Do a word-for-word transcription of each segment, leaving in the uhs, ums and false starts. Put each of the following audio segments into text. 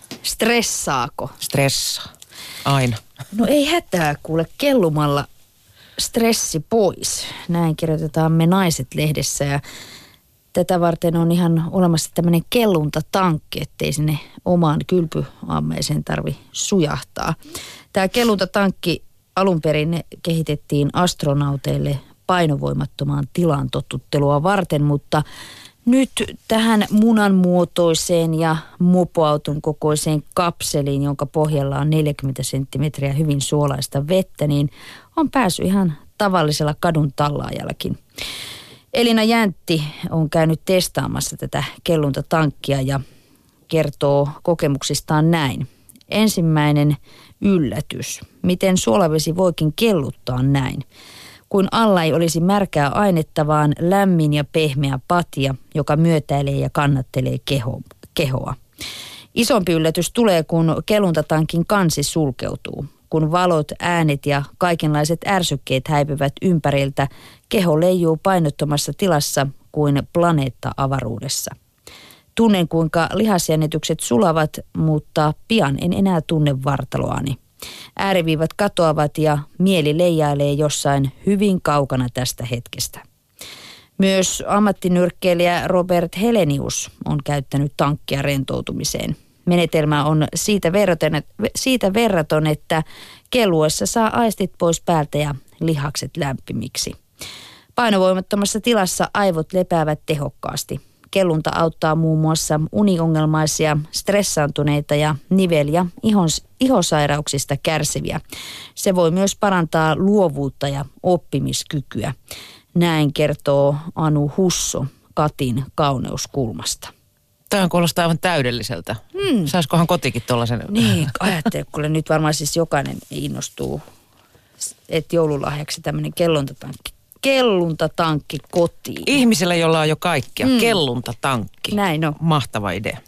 Stressaako? Stressaa. Aina. No ei hätää, kuule, kellumalla stressi pois. Näin kirjoitetaan Me Naiset-lehdessä ja tätä varten on ihan olemassa tämmöinen kelluntatankki, ettei sinne omaan kylpyammeeseen tarvi sujahtaa. Tämä kelluntatankki alun perin kehitettiin astronauteille painovoimattomaan tilaan totuttelua varten, mutta nyt tähän munanmuotoiseen ja mopoauton kokoiseen kapseliin, jonka pohjalla on neljäkymmentä senttimetriä hyvin suolaista vettä, niin on päässyt ihan tavallisella kadun tallaajallakin. Elina Jäntti on käynyt testaamassa tätä kelluntatankkia ja kertoo kokemuksistaan näin. Ensimmäinen yllätys. Miten suolavesi voikin kelluttaa näin? Kuin alla ei olisi märkää ainetta, vaan lämmin ja pehmeä patja, joka myötäilee ja kannattelee keho, kehoa. Isompi yllätys tulee, kun kelluntatankin kansi sulkeutuu. Kun valot, äänet ja kaikenlaiset ärsykkeet häipyvät ympäriltä, keho leijuu painottomassa tilassa kuin planeetta avaruudessa. Tunnen, kuinka lihasjännitykset sulavat, mutta pian en enää tunne vartaloani. Ääriviivat katoavat ja mieli leijailee jossain hyvin kaukana tästä hetkestä. Myös ammattinyrkkeilijä Robert Helenius on käyttänyt tankkia rentoutumiseen. Menetelmä on siitä, verraton, siitä verraton, että kelluessa saa aistit pois päältä ja lihakset lämpimiksi. Painovoimattomassa tilassa aivot lepäävät tehokkaasti. Kellunta auttaa muun muassa uniongelmaisia, stressaantuneita ja nivel- ja ihons, ihosairauksista kärsiviä. Se voi myös parantaa luovuutta ja oppimiskykyä. Näin kertoo Anu Husso Katin kauneuskulmasta. Tämä kuulostaa aivan täydelliseltä. Hmm. Saisikohan kotikin tuollaisen? Niin, ajattele, kun nyt varmaan siis jokainen innostuu, että joululahjaksi tämmöinen kelluntatankki. Kelluntatankki kotiin. Ihmisellä, jolla on jo kaikkea. Hmm. Kelluntatankki. Näin on. Mahtava idea.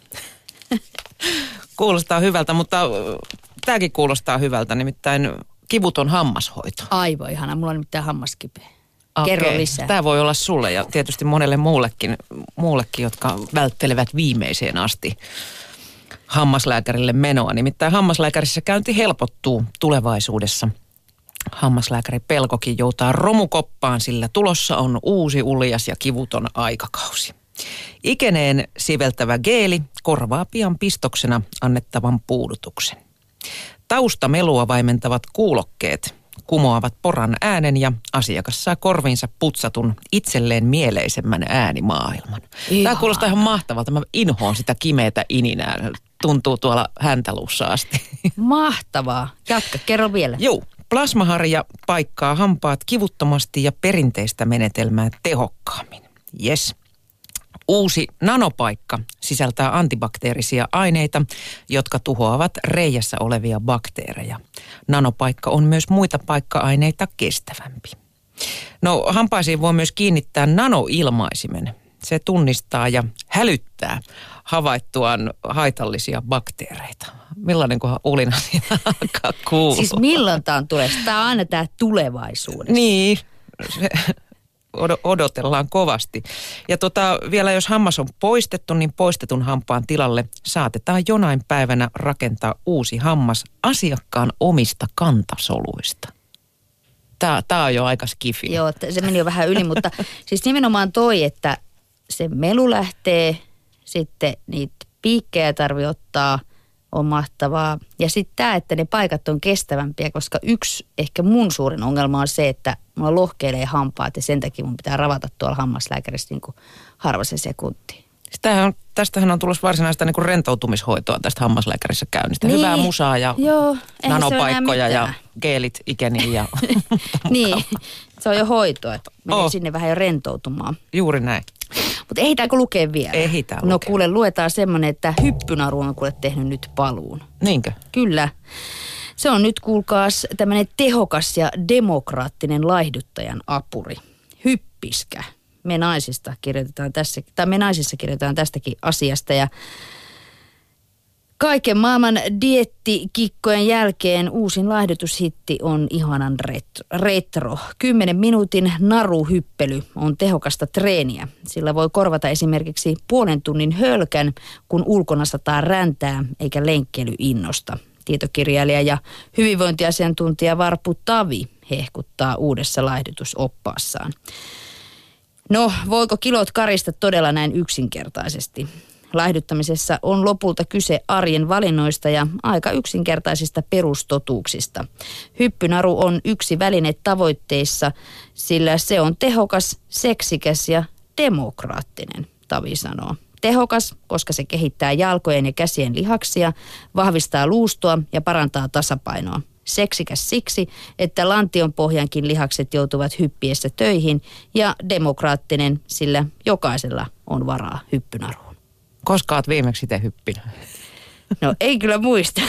Kuulostaa hyvältä, mutta tämäkin kuulostaa hyvältä, nimittäin kivuton hammashoito. Aivan ihana, mulla on nimittäin hammaskipeä. Kerro Okei. lisää. Tämä voi olla sulle ja tietysti monelle muullekin, muullekin, jotka välttelevät viimeiseen asti hammaslääkärille menoa. Nimittäin hammaslääkärissä käynti helpottuu tulevaisuudessa. Hammaslääkäri pelkokin joutaa romukoppaan, sillä tulossa on uusi uljas ja kivuton aikakausi. Ikeneen siveltävä geeli korvaa pian pistoksena annettavan puudutuksen. Taustamelua vaimentavat kuulokkeet kumoavat poran äänen ja asiakas saa korviinsa putsatun itselleen mieleisemmän äänimaailman. Ihana. Tämä kuulostaa ihan mahtavalta. Mä inhoon sitä kimeätä ininää. Tuntuu tuolla häntäluussa asti. Mahtavaa. Jatka, kerro vielä. Joo. Plasmaharja paikkaa hampaat kivuttomasti ja perinteistä menetelmää tehokkaammin. Yes. Uusi nanopaikka sisältää antibakteerisia aineita, jotka tuhoavat reiässä olevia bakteereja. Nanopaikka on myös muita paikka-aineita kestävämpi. No, hampaisiin voi myös kiinnittää nanoilmaisimen. Se tunnistaa ja hälyttää havaittuaan haitallisia bakteereita. Millainen kohan ulina siinä alkaa kuulua? Siis milloin tämä on tulossa? Tämä on aina tämä tulevaisuudessa. Niin, se odotellaan kovasti. Ja tota, vielä jos hammas on poistettu, niin poistetun hampaan tilalle saatetaan jonain päivänä rakentaa uusi hammas asiakkaan omista kantasoluista. Tämä, tämä on jo aika skifi. Joo, se meni jo vähän yli, mutta siis nimenomaan toi, että se melu lähtee, sitten niitä piikkejä tarvii ottaa, on mahtavaa. Ja sitten tämä, että ne paikat on kestävämpiä, koska yksi ehkä mun suurin ongelma on se, että mulla lohkeilee hampaat ja sen takia mun pitää ravata tuolla hammaslääkärissä niin kuin harvasen sekuntiin. Sitähän, tästähän on tulossa varsinaista niin kuin rentoutumishoitoa tästä hammaslääkärissä käynnistä. Niin. Hyvää musaa ja joo, nanopaikkoja ja geelit ikeniin. Ja niin, se on jo hoitoa, että menee oh. sinne vähän jo rentoutumaan. Juuri näin. Mutta ehditäänkö lukea vielä? Ehditään No lukea. kuule, luetaan semmoinen, että hyppynaru on kuule tehnyt nyt paluun. Niinkö? Kyllä. Se on nyt kuulkaas tämmöinen tehokas ja demokraattinen laihduttajan apuri. Hyppiskä. Me naisista kirjoitetaan tässä, tai me naisissa kirjoitetaan tästäkin asiasta ja Kaiken maailman diettikikkojen jälkeen uusin laihdutushitti on ihanan ret- retro. Kymmenen minuutin naruhyppely on tehokasta treeniä. Sillä voi korvata esimerkiksi puolen tunnin hölkän, kun ulkona sataa räntää eikä lenkkeily innosta. Tietokirjailija ja hyvinvointiasiantuntija Varpu Tavi hehkuttaa uudessa laihdutusoppaassaan. No, voiko kilot karista todella näin yksinkertaisesti? Laihduttamisessa on lopulta kyse arjen valinnoista ja aika yksinkertaisista perustotuuksista. Hyppynaru on yksi väline tavoitteissa, sillä se on tehokas, seksikäs ja demokraattinen, Tavi sanoo. Tehokas, koska se kehittää jalkojen ja käsien lihaksia, vahvistaa luustoa ja parantaa tasapainoa. Seksikäs siksi, että lantionpohjankin lihakset joutuvat hyppiessä töihin, ja demokraattinen, sillä jokaisella on varaa hyppynaruun. Koska olet viimeksi itse hyppinyt? No ei kyllä muista.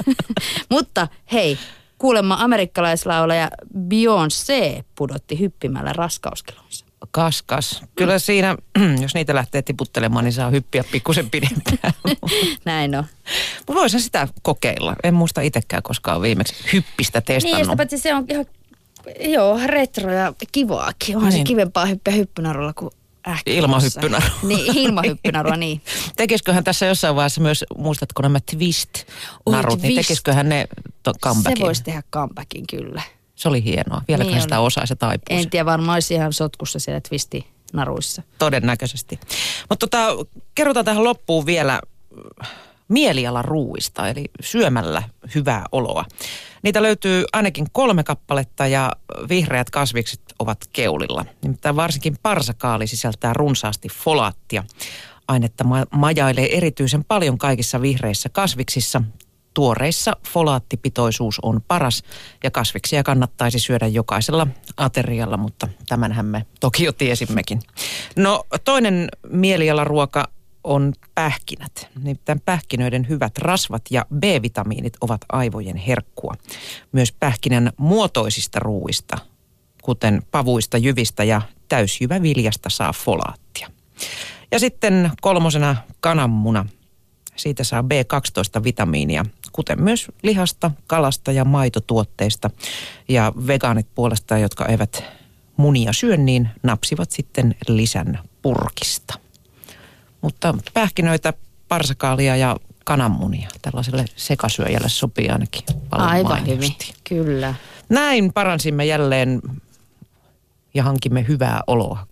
Mutta hei, kuulemma amerikkalaislaulaja Beyoncé pudotti hyppimällä raskauskilonsa. Kas, kas. Kyllä siinä, jos niitä lähtee tiputtelemaan, niin saa hyppiä pikkusen pidempään. Näin on. Mutta voisin sitä kokeilla. En muista itsekään koskaan viimeksi hyppistä testannut. Niin, ja paitsi se on ihan, joo, retro ja kivaakin. Onhan niin. Se kivempaa hyppiä hyppynarulla kuin ähkyssä. Ilmahyppynaru. Niin, ilmahyppynarua, niin. Tekisiköhän tässä jossain vaiheessa myös, muistatko nämä twist-narut, Oi, niin twist. tekisiköhän ne to- comebackin? Se voisi tehdä comebackin, kyllä. Se oli hienoa. Vieläköhän niin sitä osaisi taipua. En tiedä, varmaan olisi ihan sotkussa siellä twistinaruissa. Todennäköisesti. Mutta tota, kerrotaan tähän loppuun vielä mielialaruuista, eli syömällä hyvää oloa. Niitä löytyy ainakin kolme kappaletta ja vihreät kasvikset ovat keulilla. Nimittäin varsinkin parsakaali sisältää runsaasti folaattia. Ainetta ma- majailee erityisen paljon kaikissa vihreissä kasviksissa. Tuoreissa folaattipitoisuus on paras ja kasviksia kannattaisi syödä jokaisella aterialla, mutta tämänhän me toki jo tiesimmekin. No toinen mielialaruoka on pähkinät. Nimittäin pähkinöiden hyvät rasvat ja B-vitamiinit ovat aivojen herkkua. Myös pähkinän muotoisista ruuista, kuten pavuista, jyvistä ja täysjyväviljasta saa folaattia. Ja sitten kolmosena kananmuna. Siitä saa B kaksitoista-vitamiinia, kuten myös lihasta, kalasta ja maitotuotteista. Ja vegaanit puolestaan, jotka eivät munia syö, niin napsivat sitten lisän purkista. Mutta pähkinöitä, parsakaalia ja kananmunia tällaiselle sekasyöjälle sopii ainakin paljon Aivan hyvin, mainiosti. kyllä. Näin paransimme jälleen ja hankimme hyvää oloa